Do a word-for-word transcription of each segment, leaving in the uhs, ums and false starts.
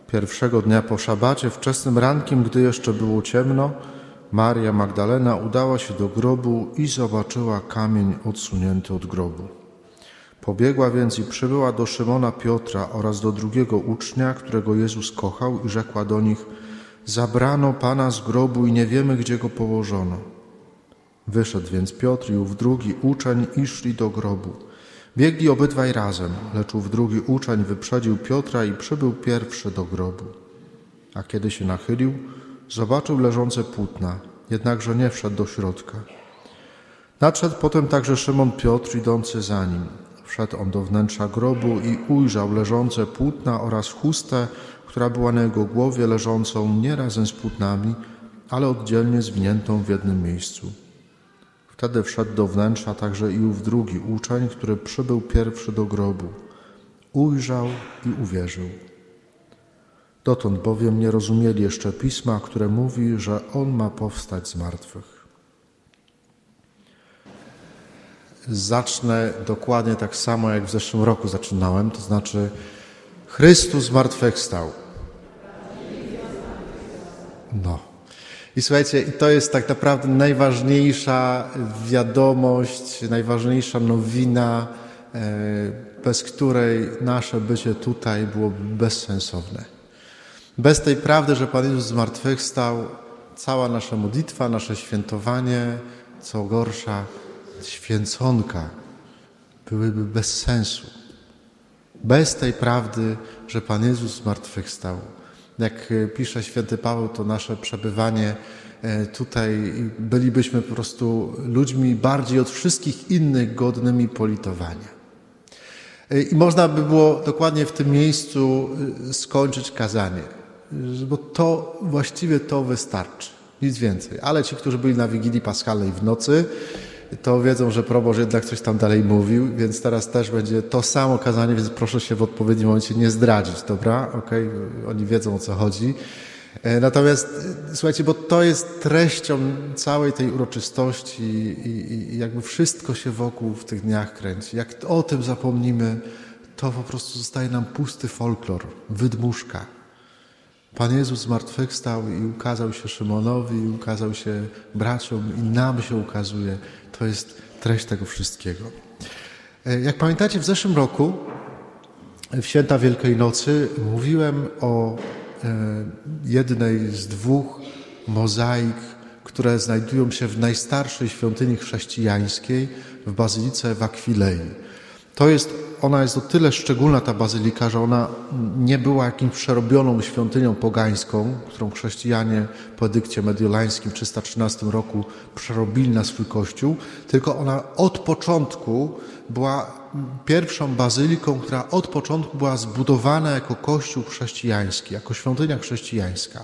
Pierwszego dnia po szabacie, wczesnym rankiem, gdy jeszcze było ciemno, Maria Magdalena udała się do grobu i zobaczyła kamień odsunięty od grobu. Pobiegła więc i przybyła do Szymona Piotra oraz do drugiego ucznia, którego Jezus kochał, i rzekła do nich: zabrano Pana z grobu i nie wiemy, gdzie go położono. Wyszedł więc Piotr i ów drugi uczeń i szli do grobu. Biegli obydwaj razem, lecz ów drugi uczeń wyprzedził Piotra i przybył pierwszy do grobu. A kiedy się nachylił, zobaczył leżące płótna, jednakże nie wszedł do środka. Nadszedł potem także Szymon Piotr, idący za nim. Wszedł on do wnętrza grobu i ujrzał leżące płótna oraz chustę, która była na jego głowie, leżącą nie razem z płótnami, ale oddzielnie zwiniętą w jednym miejscu. Wtedy wszedł do wnętrza także i ów drugi uczeń, który przybył pierwszy do grobu. Ujrzał i uwierzył. Dotąd bowiem nie rozumieli jeszcze Pisma, które mówi, że On ma powstać z martwych. Zacznę dokładnie tak samo, jak w zeszłym roku zaczynałem, to znaczy Chrystus zmartwychwstał. No. I słuchajcie, i to jest tak naprawdę najważniejsza wiadomość, najważniejsza nowina, bez której nasze bycie tutaj byłoby bezsensowne. Bez tej prawdy, że Pan Jezus zmartwychwstał, cała nasza modlitwa, nasze świętowanie, co gorsza, święconka byłyby bez sensu. Bez tej prawdy, że Pan Jezus zmartwychwstał. Jak pisze święty Paweł, to nasze przebywanie tutaj bylibyśmy po prostu ludźmi bardziej od wszystkich innych godnymi politowania. I można by było dokładnie w tym miejscu skończyć kazanie, bo to właściwie to wystarczy, nic więcej. Ale ci, którzy byli na Wigilii Paschalnej w nocy, to wiedzą, że proboszcz jednak coś tam dalej mówił, więc teraz też będzie to samo kazanie, więc proszę się w odpowiednim momencie nie zdradzić, dobra? Okej? Oni wiedzą, o co chodzi. Natomiast słuchajcie, bo to jest treścią całej tej uroczystości i, i, i jakby wszystko się wokół w tych dniach kręci. Jak o tym zapomnimy, to po prostu zostaje nam pusty folklor, wydmuszka. Pan Jezus zmartwychwstał i ukazał się Szymonowi, i ukazał się braciom, i nam się ukazuje. To jest treść tego wszystkiego. Jak pamiętacie, w zeszłym roku, w święta Wielkiej Nocy, mówiłem o jednej z dwóch mozaik, które znajdują się w najstarszej świątyni chrześcijańskiej w bazylice w Akwilei. To jest, ona jest o tyle szczególna, ta bazylika, że ona nie była jakimś przerobioną świątynią pogańską, którą chrześcijanie po edykcie mediolańskim w trzysta trzynastym roku przerobili na swój kościół, tylko ona od początku była pierwszą bazyliką, która od początku była zbudowana jako kościół chrześcijański, jako świątynia chrześcijańska.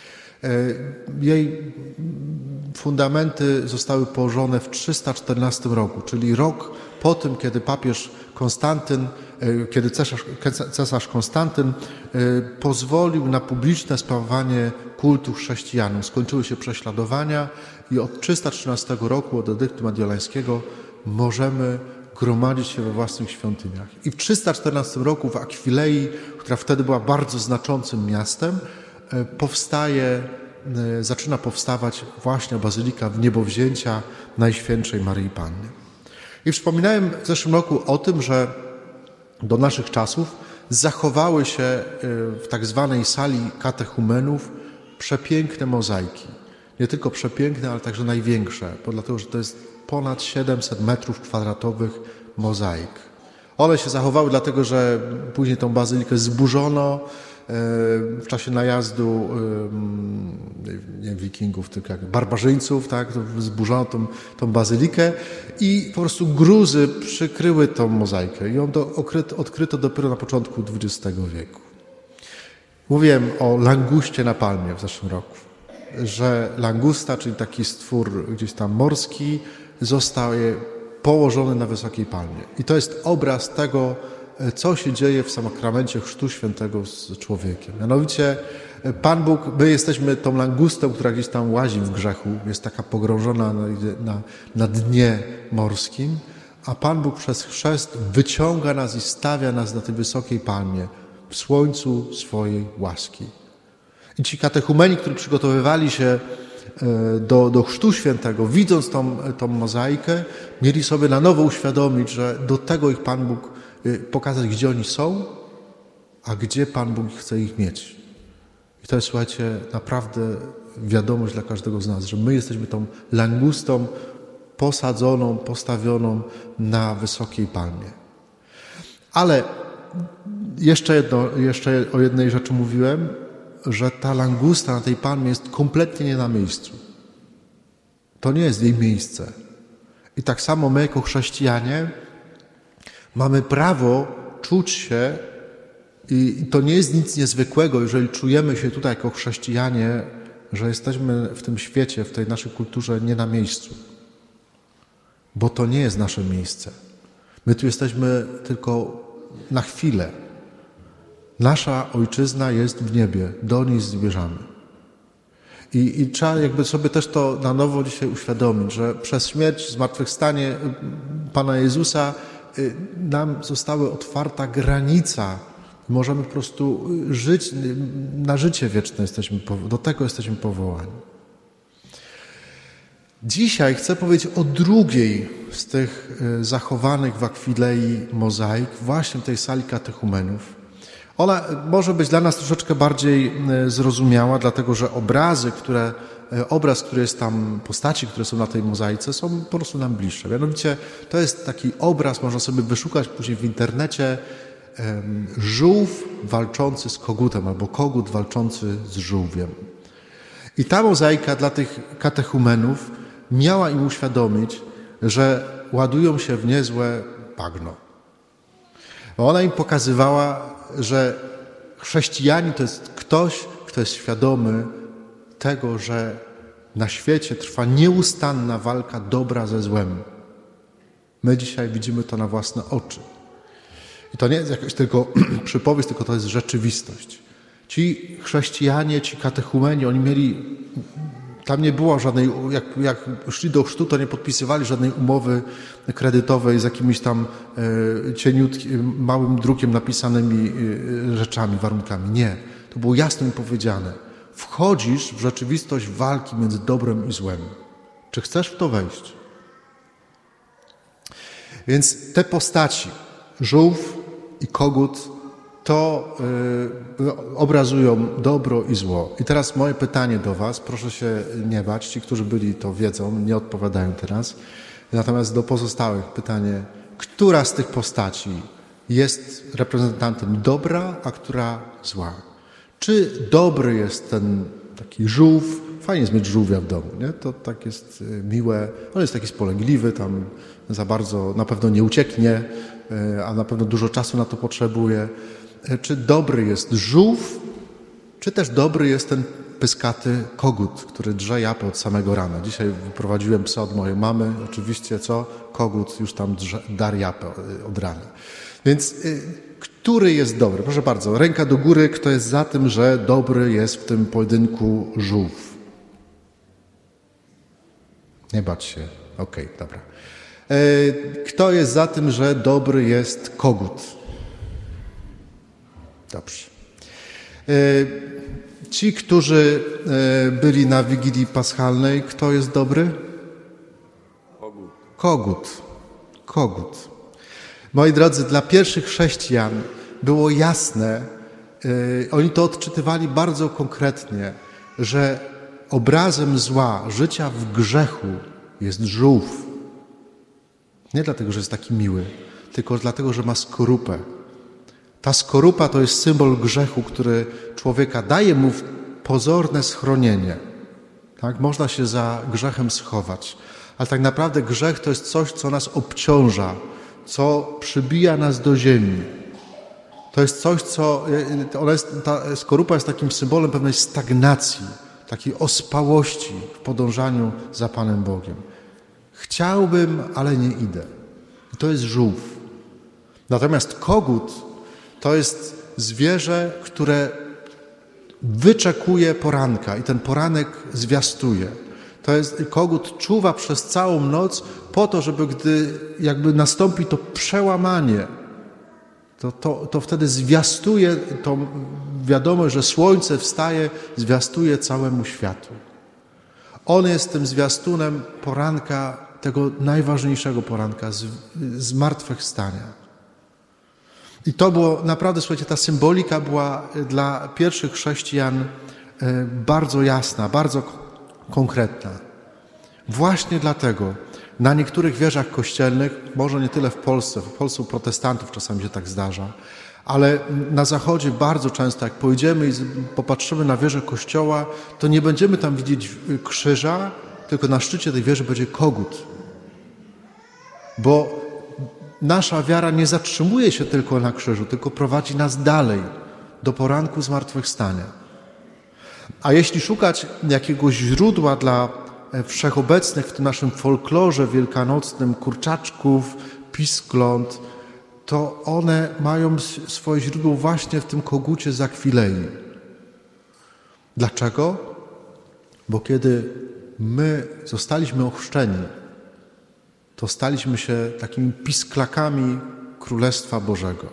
Jej fundamenty zostały położone w trzysta czternastym roku, czyli rok po tym, kiedy papież Konstantyn, kiedy cesarz, cesarz Konstantyn pozwolił na publiczne sprawowanie kultu chrześcijanom. Skończyły się prześladowania i od trzysta trzynastego roku, od edyktu mediolańskiego, możemy gromadzić się we własnych świątyniach. I w trzysta czternastym roku w Akwilei, która wtedy była bardzo znaczącym miastem, powstaje, zaczyna powstawać właśnie bazylika Wniebowzięcia Najświętszej Maryi Panny. I wspominałem w zeszłym roku o tym, że do naszych czasów zachowały się w tak zwanej sali katechumenów przepiękne mozaiki. Nie tylko przepiękne, ale także największe, bo dlatego, że to jest ponad siedemset metrów kwadratowych mozaik. One się zachowały dlatego, że później tą bazylikę zburzono w czasie najazdu nie wikingów, tylko jak barbarzyńców, tak, zburzono tą, tą bazylikę i po prostu gruzy przykryły tą mozaikę. I ją to odkryto, odkryto dopiero na początku dwudziestego wieku. Mówiłem o languście na palmie w zeszłym roku, że langusta, czyli taki stwór gdzieś tam morski, zostaje położony na wysokiej palmie. I to jest obraz tego, co się dzieje w sakramencie Chrztu Świętego z człowiekiem. Mianowicie Pan Bóg, my jesteśmy tą langustą, która gdzieś tam łazi w grzechu, jest taka pogrążona na, na, na dnie morskim, a Pan Bóg przez chrzest wyciąga nas i stawia nas na tej wysokiej palmie. w słońcu swojej łaski. I ci katechumeni, którzy przygotowywali się do, do Chrztu Świętego, widząc tą, tą mozaikę, mieli sobie na nowo uświadomić, że do tego ich Pan Bóg pokazać, gdzie oni są, a gdzie Pan Bóg chce ich mieć. I to jest, słuchajcie, naprawdę wiadomość dla każdego z nas, że my jesteśmy tą langustą posadzoną, postawioną na wysokiej palmie. Ale jeszcze, jedno, jeszcze o jednej rzeczy mówiłem, że ta langusta na tej palmie jest kompletnie nie na miejscu. To nie jest jej miejsce. I tak samo my jako chrześcijanie mamy prawo czuć się, i to nie jest nic niezwykłego, jeżeli czujemy się tutaj jako chrześcijanie, że jesteśmy w tym świecie, w tej naszej kulturze nie na miejscu. Bo to nie jest nasze miejsce. My tu jesteśmy tylko na chwilę. Nasza ojczyzna jest w niebie, do niej zmierzamy. I, I trzeba jakby sobie też to na nowo dzisiaj uświadomić, że przez śmierć, zmartwychwstanie Pana Jezusa nam została otwarta granica. Możemy po prostu żyć, na życie wieczne jesteśmy, do tego jesteśmy powołani. Dzisiaj chcę powiedzieć o drugiej z tych zachowanych w Akwilei mozaik, właśnie tej sali katechumenów. Ona może być dla nas troszeczkę bardziej zrozumiała, dlatego że obrazy, które, obraz, który jest tam, postaci, które są na tej mozaice, są po prostu nam bliższe. Mianowicie to jest taki obraz, można sobie wyszukać później w internecie, żółw walczący z kogutem albo kogut walczący z żółwiem. I ta mozaika dla tych katechumenów miała im uświadomić, że ładują się w niezłe bagno. Ona im pokazywała, że chrześcijanin to jest ktoś, kto jest świadomy tego, że na świecie trwa nieustanna walka dobra ze złem. My dzisiaj widzimy to na własne oczy. I to nie jest jakaś tylko przypowieść, tylko to jest rzeczywistość. Ci chrześcijanie, ci katechumeni, oni mieli, tam nie było żadnej, jak, jak szli do chrztu, to nie podpisywali żadnej umowy kredytowej z jakimiś tam e, cieniutkim, małym drukiem napisanymi e, rzeczami, warunkami. Nie. To było jasno im powiedziane. Wchodzisz w rzeczywistość walki między dobrem i złem. Czy chcesz w to wejść? Więc te postaci, żółw i kogut, to y, obrazują dobro i zło. I teraz moje pytanie do was, proszę się nie bać, ci, którzy byli, to wiedzą, nie odpowiadają teraz. Natomiast do pozostałych pytanie, która z tych postaci jest reprezentantem dobra, a która zła? Czy dobry jest ten taki żółw? Fajnie jest mieć żółwia w domu, nie? To tak jest miłe. On jest taki spolegliwy, tam za bardzo na pewno nie ucieknie, a na pewno dużo czasu na to potrzebuje. Czy dobry jest żółw, czy też dobry jest ten pyskaty kogut, który drze japę od samego rana. Dzisiaj wyprowadziłem psa od mojej mamy. Oczywiście co? Kogut już tam drze, dar japę od rana. Więc y, który jest dobry? Proszę bardzo, ręka do góry, kto jest za tym, że dobry jest w tym pojedynku żółw? Nie bać się. Okej, okay, dobra. Y, kto jest za tym, że dobry jest kogut? Dobrze. Y, Ci, którzy byli na Wigilii Paschalnej, kto jest dobry? Kogut. Kogut. Kogut. Moi drodzy, dla pierwszych chrześcijan było jasne, yy, oni to odczytywali bardzo konkretnie, że obrazem zła, życia w grzechu jest żółw. Nie dlatego, że jest taki miły, tylko dlatego, że ma skorupę. Ta skorupa to jest symbol grzechu, który człowieka daje mu pozorne schronienie. Tak? Można się za grzechem schować, ale tak naprawdę grzech to jest coś, co nas obciąża, co przybija nas do ziemi. To jest coś, co... Ona jest, ta skorupa jest takim symbolem pewnej stagnacji, takiej ospałości w podążaniu za Panem Bogiem. Chciałbym, ale nie idę. I to jest żółw. Natomiast kogut to jest zwierzę, które wyczekuje poranka i ten poranek zwiastuje. To jest kogut czuwa przez całą noc po to, żeby gdy jakby nastąpi to przełamanie, to, to, to wtedy zwiastuje tą wiadomość, że słońce wstaje, zwiastuje całemu światu. On jest tym zwiastunem poranka, tego najważniejszego poranka, z, zmartwychwstania. I to było naprawdę, słuchajcie, ta symbolika była dla pierwszych chrześcijan bardzo jasna, bardzo konkretna. Właśnie dlatego na niektórych wieżach kościelnych, może nie tyle w Polsce, w Polsce u protestantów czasami się tak zdarza, ale na Zachodzie bardzo często, jak pojedziemy i popatrzymy na wieżę kościoła, to nie będziemy tam widzieć krzyża, tylko na szczycie tej wieży będzie kogut. Bo nasza wiara nie zatrzymuje się tylko na krzyżu, tylko prowadzi nas dalej, do poranku zmartwychwstania. A jeśli szukać jakiegoś źródła dla wszechobecnych w tym naszym folklorze wielkanocnym kurczaczków, piskląt, to one mają swoje źródło właśnie w tym kogucie z Akwilei. Dlaczego? Bo kiedy my zostaliśmy ochrzczeni, to staliśmy się takimi pisklakami Królestwa Bożego.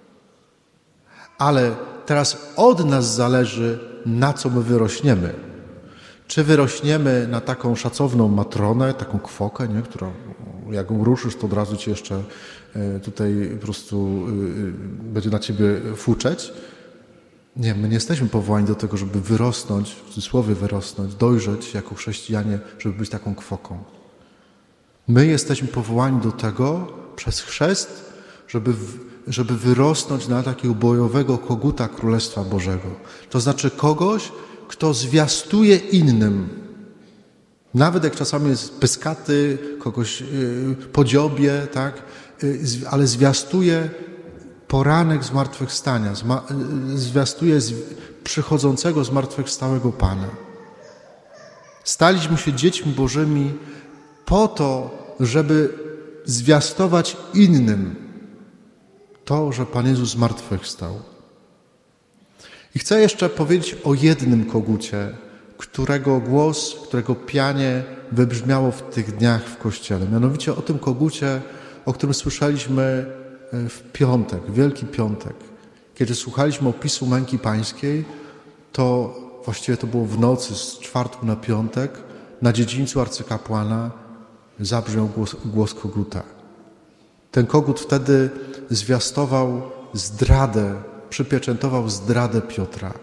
Ale teraz od nas zależy, na co my wyrośniemy. Czy wyrośniemy na taką szacowną matronę, taką kwokę, nie? Która jak ją ruszysz, to od razu ci jeszcze tutaj po prostu będzie na ciebie fuczeć. Nie, my nie jesteśmy powołani do tego, żeby wyrosnąć, w cudzysłowie wyrosnąć, dojrzeć jako chrześcijanie, żeby być taką kwoką. My jesteśmy powołani do tego przez chrzest, żeby, żeby wyrosnąć na takiego bojowego koguta Królestwa Bożego. To znaczy kogoś, kto zwiastuje innym. Nawet jak czasami jest pyskaty, kogoś podziobie, tak? Ale zwiastuje poranek zmartwychwstania, zwiastuje przychodzącego zmartwychwstałego Pana. Staliśmy się dziećmi Bożymi po to, żeby zwiastować innym to, że Pan Jezus zmartwychwstał. I chcę jeszcze powiedzieć o jednym kogucie, którego głos, którego pianie wybrzmiało w tych dniach w Kościele. Mianowicie o tym kogucie, o którym słyszeliśmy w piątek, Wielki Piątek. Kiedy słuchaliśmy opisu męki pańskiej, to właściwie to było w nocy z czwartku na piątek, na dziedzińcu arcykapłana zabrzmiał głos, głos koguta. Ten kogut wtedy zwiastował zdradę, przypieczętował zdradę Piotra.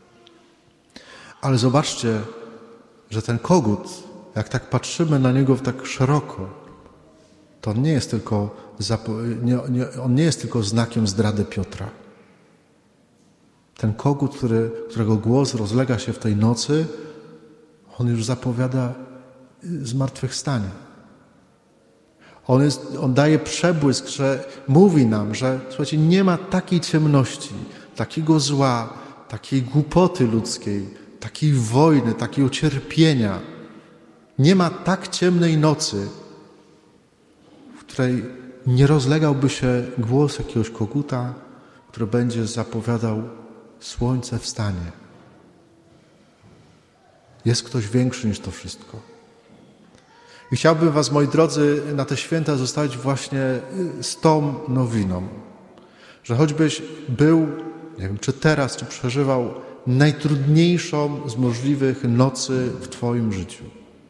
Ale zobaczcie, że ten kogut, jak tak patrzymy na niego tak szeroko, to on nie jest tylko, nie, nie, on nie jest tylko znakiem zdrady Piotra. Ten kogut, który, którego głos rozlega się w tej nocy, on już zapowiada zmartwychwstanie. On, jest, on daje przebłysk, że mówi nam, że słuchajcie, nie ma takiej ciemności, takiego zła, takiej głupoty ludzkiej, takiej wojny, takiego cierpienia. Nie ma tak ciemnej nocy, w której nie rozlegałby się głos jakiegoś koguta, który będzie zapowiadał słońce wstanie. Jest ktoś większy niż to wszystko. I chciałbym was, moi drodzy, na te święta zostawić właśnie z tą nowiną, że choćbyś był, nie wiem, czy teraz, czy przeżywał najtrudniejszą z możliwych nocy w twoim życiu,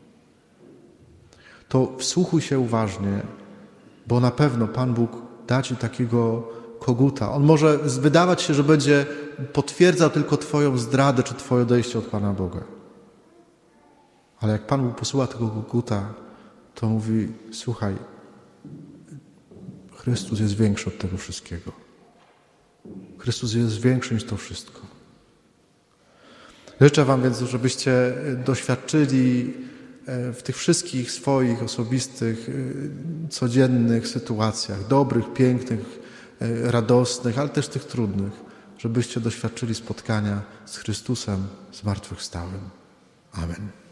to wsłuchuj się uważnie, bo na pewno Pan Bóg da ci takiego koguta. On może wydawać się, że będzie potwierdzał tylko twoją zdradę, czy twoje odejście od Pana Boga. Ale jak Pan Bóg posyła tego koguta, to mówi, słuchaj, Chrystus jest większy od tego wszystkiego. Chrystus jest większy niż to wszystko. Życzę wam więc, żebyście doświadczyli w tych wszystkich swoich osobistych, codziennych sytuacjach, dobrych, pięknych, radosnych, ale też tych trudnych, żebyście doświadczyli spotkania z Chrystusem zmartwychwstałym. Amen.